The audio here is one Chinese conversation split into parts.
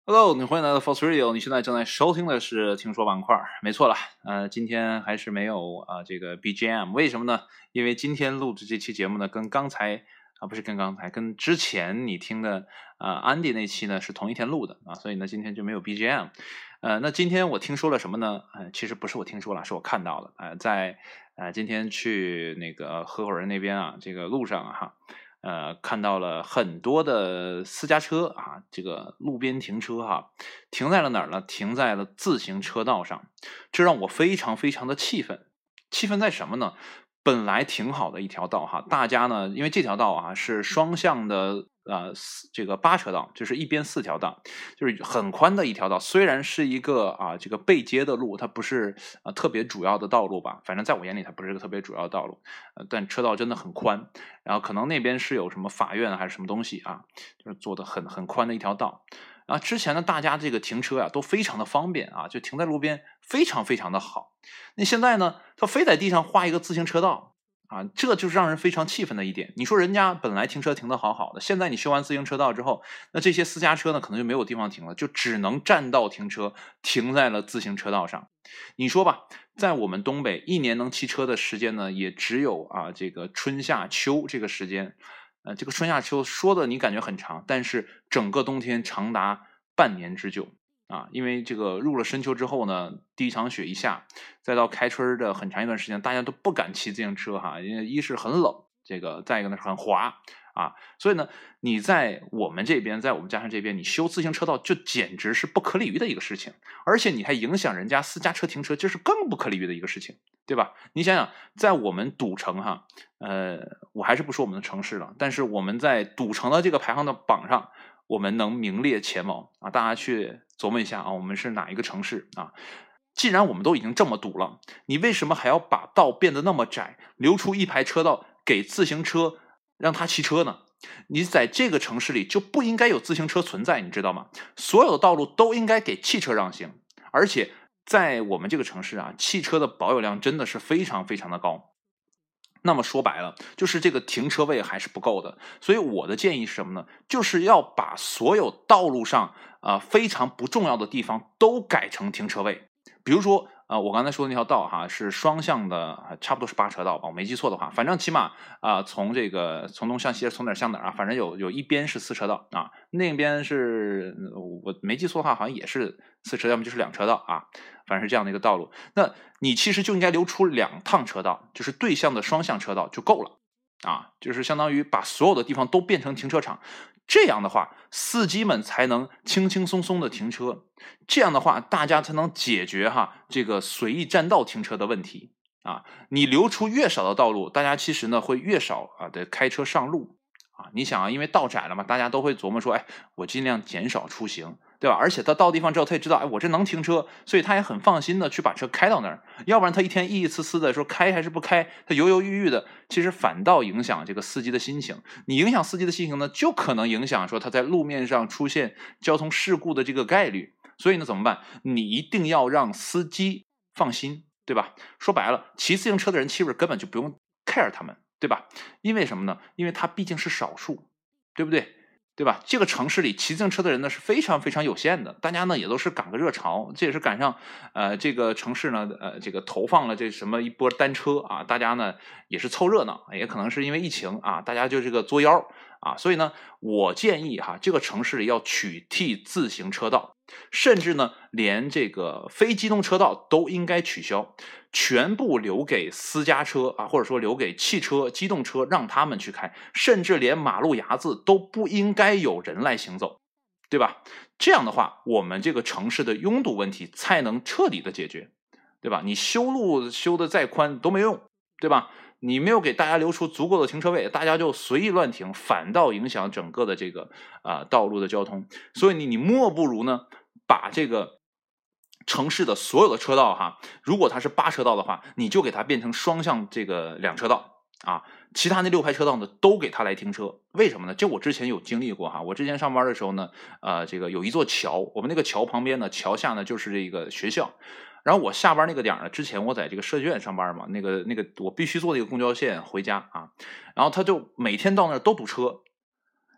Hello，你欢迎来到 Force Radio，你现在正在收听的是听说板块，没错了。今天还是没有这个 BGM， 为什么呢？因为今天录制这期节目呢，跟之前你听的Andy 那期呢是同一天录的所以呢今天就没有 BGM。那今天我听说了什么呢？其实不是我听说了，是我看到了。在今天去那个合伙人那边这个路上看到了很多的私家车这个路边停车停在了哪儿呢？停在了自行车道上，这让我非常非常的气愤。气愤在什么呢？本来挺好的一条道大家呢，因为这条道是双向的这个8车道，就是一边4条道，就是很宽的一条道。虽然是一个这个背街的路，它不是特别主要的道路吧，反正在我眼里它不是一个特别主要的道路，但车道真的很宽。然后可能那边是有什么法院还是什么东西就是做的很宽的一条道。之前呢，大家这个停车都非常的方便就停在路边，非常非常的好。那现在呢，他非在地上画一个自行车道这就是让人非常气愤的一点。你说人家本来停车停得好好的，现在你修完自行车道之后，那这些私家车呢，可能就没有地方停了，就只能占道停车，停在了自行车道上。你说吧，在我们东北一年能骑车的时间呢，也只有这个春夏秋这个时间。这个春夏秋说的你感觉很长，但是整个冬天长达半年之久因为这个入了深秋之后呢，第一场雪一下，再到开春的很长一段时间，大家都不敢骑自行车因为一是很冷，这个再一个呢是很滑所以呢，你在我们这边，在我们家乡这边，你修自行车道就简直是不可理喻的一个事情，而且你还影响人家私家车停车，这是更不可理喻的一个事情，对吧？你想想，在我们赌城我还是不说我们的城市了，但是我们在赌城的这个排行的榜上，我们能名列前茅大家去琢磨一下我们是哪一个城市既然我们都已经这么堵了，你为什么还要把道变得那么窄，留出一排车道给自行车让他骑车呢？你在这个城市里就不应该有自行车存在，你知道吗？所有的道路都应该给汽车让行，而且在我们这个城市汽车的保有量真的是非常非常的高。那么说白了，就是这个停车位还是不够的，所以我的建议是什么呢？就是要把所有道路上非常不重要的地方都改成停车位。比如说我刚才说的那条道是双向的，差不多是8车道吧，我没记错的话，反正起码从东向西从哪向哪反正有一边是4车道那边是我没记错的话，好像也是4车，要么就是2车道反正是这样的一个道路。那你其实就应该留出2趟车道，就是对向的双向车道就够了就是相当于把所有的地方都变成停车场。这样的话，司机们才能轻轻松松的停车，这样的话大家才能解决这个随意占道停车的问题你留出越少的道路，大家其实呢会越少的开车上路你想因为道窄了嘛，大家都会琢磨说，我尽量减少出行，对吧？而且他到地方之后，他也知道，我这能停车，所以他也很放心的去把车开到那儿。要不然他一天一次的说开还是不开，他犹犹豫豫的，其实反倒影响这个司机的心情。你影响司机的心情呢，就可能影响说他在路面上出现交通事故的这个概率。所以呢，怎么办？你一定要让司机放心，对吧？说白了，骑自行车的人其实根本就不用 care 他们，对吧？因为什么呢？因为他毕竟是少数，对不对？对吧？这个城市里骑自行车的人呢是非常非常有限的，大家呢也都是赶个热潮，这也是赶上这个城市呢这个投放了这什么一波单车大家呢也是凑热闹，也可能是因为疫情大家就这个作妖所以呢我建议这个城市里要取缔自行车道，甚至呢连这个非机动车道都应该取消，全部留给私家车或者说留给汽车机动车让他们去开，甚至连马路牙子都不应该有人来行走，对吧？这样的话我们这个城市的拥堵问题才能彻底的解决，对吧？你修路修的再宽都没用，对吧？你没有给大家留出足够的停车位，大家就随意乱停，反倒影响整个的这个道路的交通。所以你莫不如呢把这个城市的所有的车道如果它是8车道的话，你就给它变成双向这个2车道其他那6排车道呢都给它来停车。为什么呢？就我之前有经历过我之前上班的时候呢这个有一座桥，我们那个桥旁边呢，桥下呢就是这个学校。然后我下班那个点呢，之前我在这个设计院上班嘛，那个我必须坐那个公交线回家然后他就每天到那儿都堵车。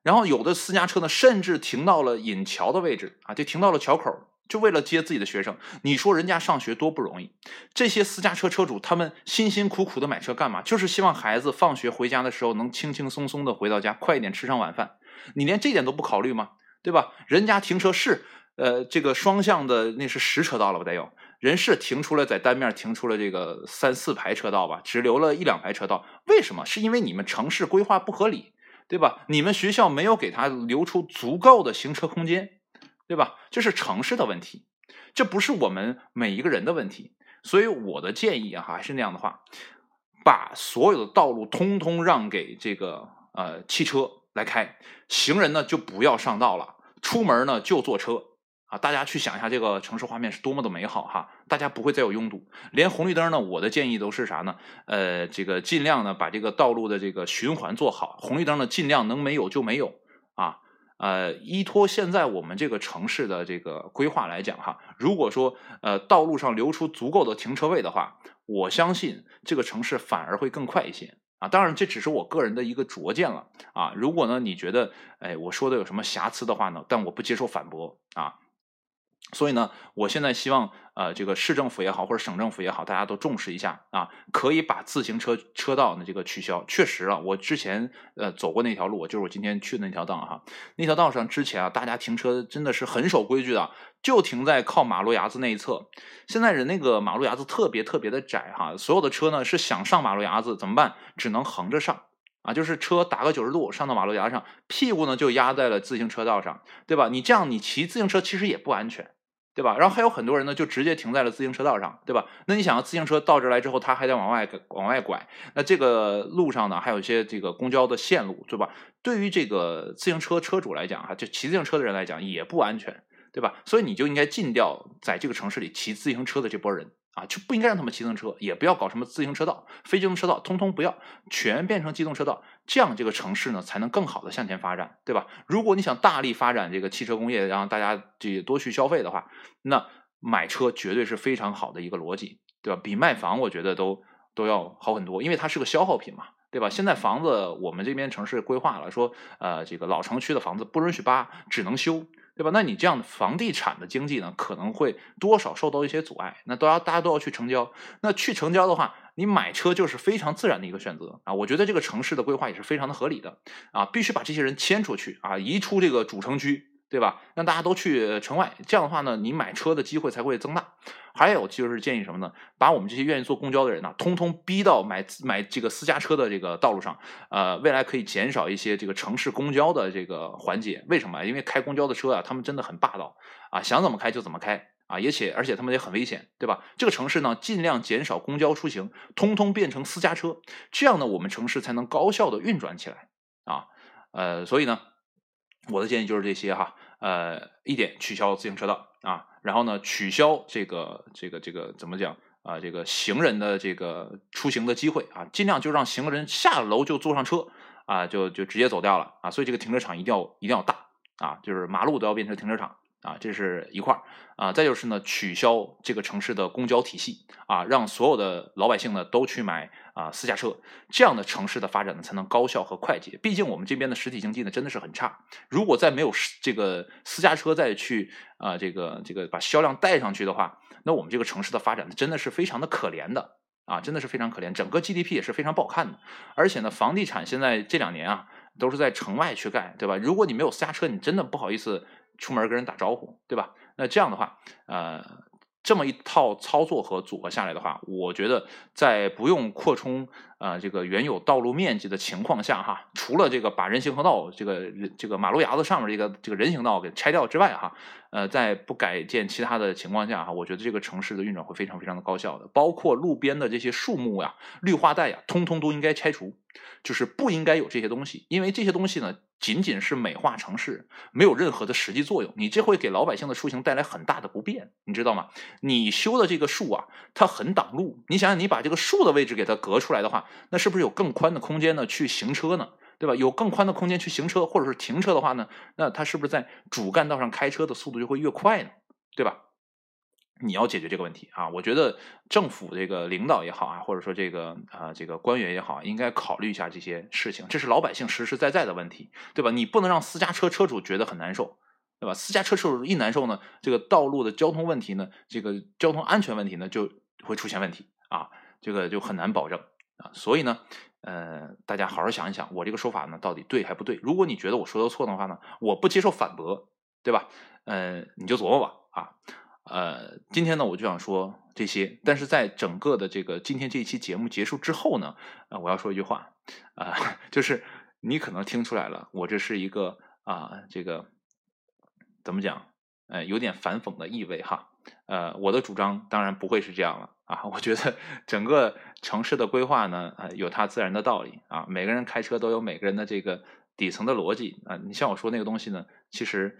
然后有的私家车呢，甚至停到了引桥的位置啊，就停到了桥口，就为了接自己的学生。你说人家上学多不容易？这些私家车车主他们辛辛苦苦的买车干嘛？就是希望孩子放学回家的时候能轻轻松松的回到家，快一点吃上晚饭。你连这点都不考虑吗？对吧？人家停车是这个双向的，那是10车道了吧？得有人是停出了，在单面停出了这个3、4排车道吧，只留了1、2排车道。为什么？是因为你们城市规划不合理，对吧？你们学校没有给他留出足够的行车空间，对吧？这是城市的问题，这不是我们每一个人的问题。所以我的建议啊，还是那样的话，把所有的道路通通让给这个汽车来开，行人呢就不要上道了，出门呢就坐车啊！大家去想一下这个城市画面是多么的美好哈！大家不会再有拥堵，连红绿灯呢，我的建议都是啥呢？这个尽量呢把这个道路的这个循环做好，红绿灯呢尽量能没有就没有啊。依托现在我们这个城市的这个规划来讲哈，如果说道路上留出足够的停车位的话，我相信这个城市反而会更快一些啊。当然这只是我个人的一个拙见了啊。如果呢你觉得我说的有什么瑕疵的话呢，但我不接受反驳啊。所以呢，我现在希望这个市政府也好，或者省政府也好，大家都重视一下啊，可以把自行车车道呢这个取消。确实啊，我之前走过那条路，就是我今天去的那条道哈，那条道上之前啊，大家停车真的是很守规矩的，就停在靠马路牙子那一侧。现在人那个马路牙子特别的窄哈，所有的车呢是想上马路牙子怎么办？只能横着上。啊，就是车打个90度上到马路牙上，屁股呢就压在了自行车道上，对吧？你这样你骑自行车其实也不安全，对吧？然后还有很多人呢就直接停在了自行车道上，对吧？那你想要自行车到这来之后，他还得往外拐，那这个路上呢还有一些这个公交的线路，对吧？对于这个自行车车主来讲哈，就骑自行车的人来讲也不安全，对吧？所以你就应该禁掉在这个城市里骑自行车的这波人。啊，就不应该让他们骑自行车，也不要搞什么自行车道、非机动车道，通通不要，全变成机动车道，这样这个城市呢才能更好的向前发展，对吧？如果你想大力发展这个汽车工业，让大家这多去消费的话，那买车绝对是非常好的一个逻辑，对吧？比卖房我觉得都要好很多，因为它是个消耗品嘛，对吧？现在房子我们这边城市规划了，说这个老城区的房子不允许扒，只能修。对吧？那你这样的房地产的经济呢，可能会多少受到一些阻碍。那大家都要去成交。那去成交的话，你买车就是非常自然的一个选择啊。我觉得这个城市的规划也是非常的合理的啊，必须把这些人迁出去啊，移出这个主城区，对吧？让大家都去城外，这样的话呢，你买车的机会才会增大。还有就是建议什么呢？把我们这些愿意坐公交的人呢，通通逼到买这个私家车的这个道路上。未来可以减少一些这个城市公交的这个环节。为什么？因为开公交的车啊，他们真的很霸道啊，想怎么开就怎么开啊，而且他们也很危险，对吧？这个城市呢，尽量减少公交出行，通通变成私家车，这样呢，我们城市才能高效的运转起来啊。所以呢，我的建议就是这些哈。一点取消自行车道啊，然后呢，取消这个怎么讲啊？这个行人的这个出行的机会啊，尽量就让行人下了楼就坐上车啊，就直接走掉了啊。所以这个停车场一定要大啊，就是马路都要变成停车场啊，这是一块啊。再就是呢，取消这个城市的公交体系啊，让所有的老百姓呢都去买私家车，这样的城市的发展呢才能高效和快捷。毕竟我们这边的实体经济呢真的是很差，如果再没有这个私家车再去这个把销量带上去的话，那我们这个城市的发展真的是非常的可怜的啊，真的是非常可怜，整个 GDP 也是非常不好看的。而且呢，房地产现在这2年啊都是在城外去盖，对吧？如果你没有私家车，你真的不好意思出门跟人打招呼，对吧？那这样的话，这么一套操作和组合下来的话，我觉得在不用扩充这个原有道路面积的情况下哈，除了这个把人行横道这个马路牙子上面这个人行道给拆掉之外哈，在不改建其他的情况下哈，我觉得这个城市的运转会非常的高效的，包括路边的这些树木呀、绿化带呀，通通都应该拆除，就是不应该有这些东西，因为这些东西呢仅仅是美化城市，没有任何的实际作用，你这会给老百姓的出行带来很大的不便，你知道吗？你修的这个树啊，它很挡路，你想想你把这个树的位置给它隔出来的话，那是不是有更宽的空间呢去行车呢？对吧？有更宽的空间去行车或者是停车的话呢，那它是不是在主干道上开车的速度就会越快呢？对吧？ 你要解决这个问题啊。我觉得政府这个领导也好啊，或者说这个官员也好，应该考虑一下这些事情，这是老百姓实实在在的问题，对吧？你不能让私家车车主觉得很难受，对吧？私家车车主一难受呢，这个道路的交通问题呢，这个交通安全问题呢就会出现问题啊，这个就很难保证啊。所以呢，大家好好想一想，我这个说法呢到底对还不对？如果你觉得我说的错的话呢，我不接受反驳，对吧？你就琢磨吧啊。今天呢，我就想说这些，但是在整个的这个今天这一期节目结束之后呢，我要说一句话，就是你可能听出来了，我这是一个这个怎么讲，有点反讽的意味哈。我的主张当然不会是这样了啊，我觉得整个城市的规划呢，有它自然的道理啊，每个人开车都有每个人的这个底层的逻辑啊。你像我说那个东西呢，其实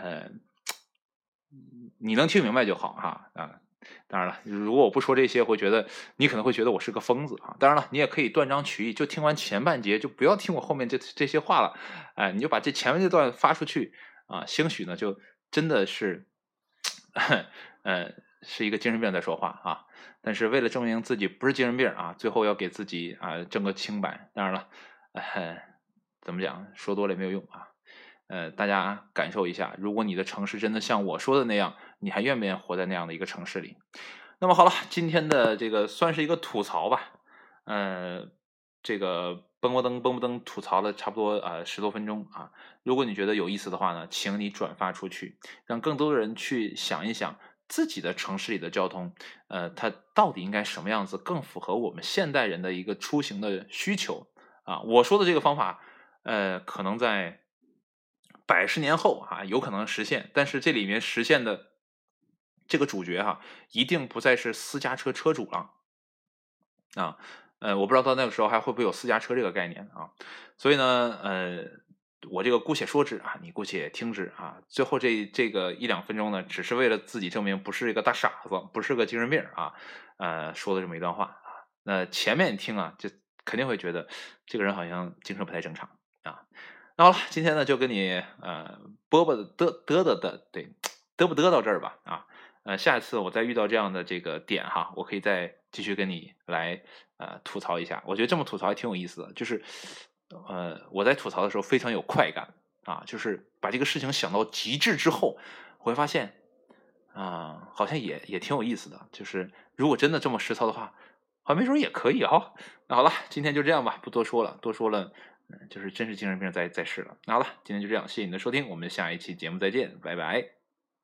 你能听明白就好哈啊。当然了，如果我不说这些，会觉得你可能会觉得我是个疯子啊。当然了，你也可以断章取义，就听完前半节，就不要听我后面这些话了。你就把这前面这段发出去啊，兴许呢就真的是，是一个精神病在说话啊。但是为了证明自己不是精神病啊，最后要给自己争个清白。当然了，怎么讲，说多了也没有用啊。大家感受一下，如果你的城市真的像我说的那样，你还愿不愿意活在那样的一个城市里？那么好了，今天的这个算是一个吐槽吧，这个蹦蹦噔蹦蹦噔吐槽了差不多10多分钟啊。如果你觉得有意思的话呢，请你转发出去，让更多的人去想一想自己的城市里的交通，它到底应该什么样子，更符合我们现代人的一个出行的需求啊。我说的这个方法，可能在100、10年后有可能实现，但是这里面实现的这个主角一定不再是私家车车主了啊。我不知道到那个时候还会不会有私家车这个概念啊。所以呢，我这个姑且说之啊，你姑且听之啊。最后这个1、2分钟呢，只是为了自己证明不是一个大傻子，不是个精神病啊，说的这么一段话啊。那前面听就肯定会觉得这个人好像精神不太正常啊。那好了，今天呢就跟你啵啵的对嘚不嘚到这儿吧啊。下一次我再遇到这样的这个点我可以再继续跟你来吐槽一下。我觉得这么吐槽还挺有意思的，就是我在吐槽的时候非常有快感啊，就是把这个事情想到极致之后，我会发现好像也挺有意思的。就是如果真的这么实操的话，好像没准也可以哈。那好了，今天就这样吧，不多说了，多说了就是真是精神病在世了。那好了，今天就这样，谢谢你的收听，我们下一期节目再见，拜拜。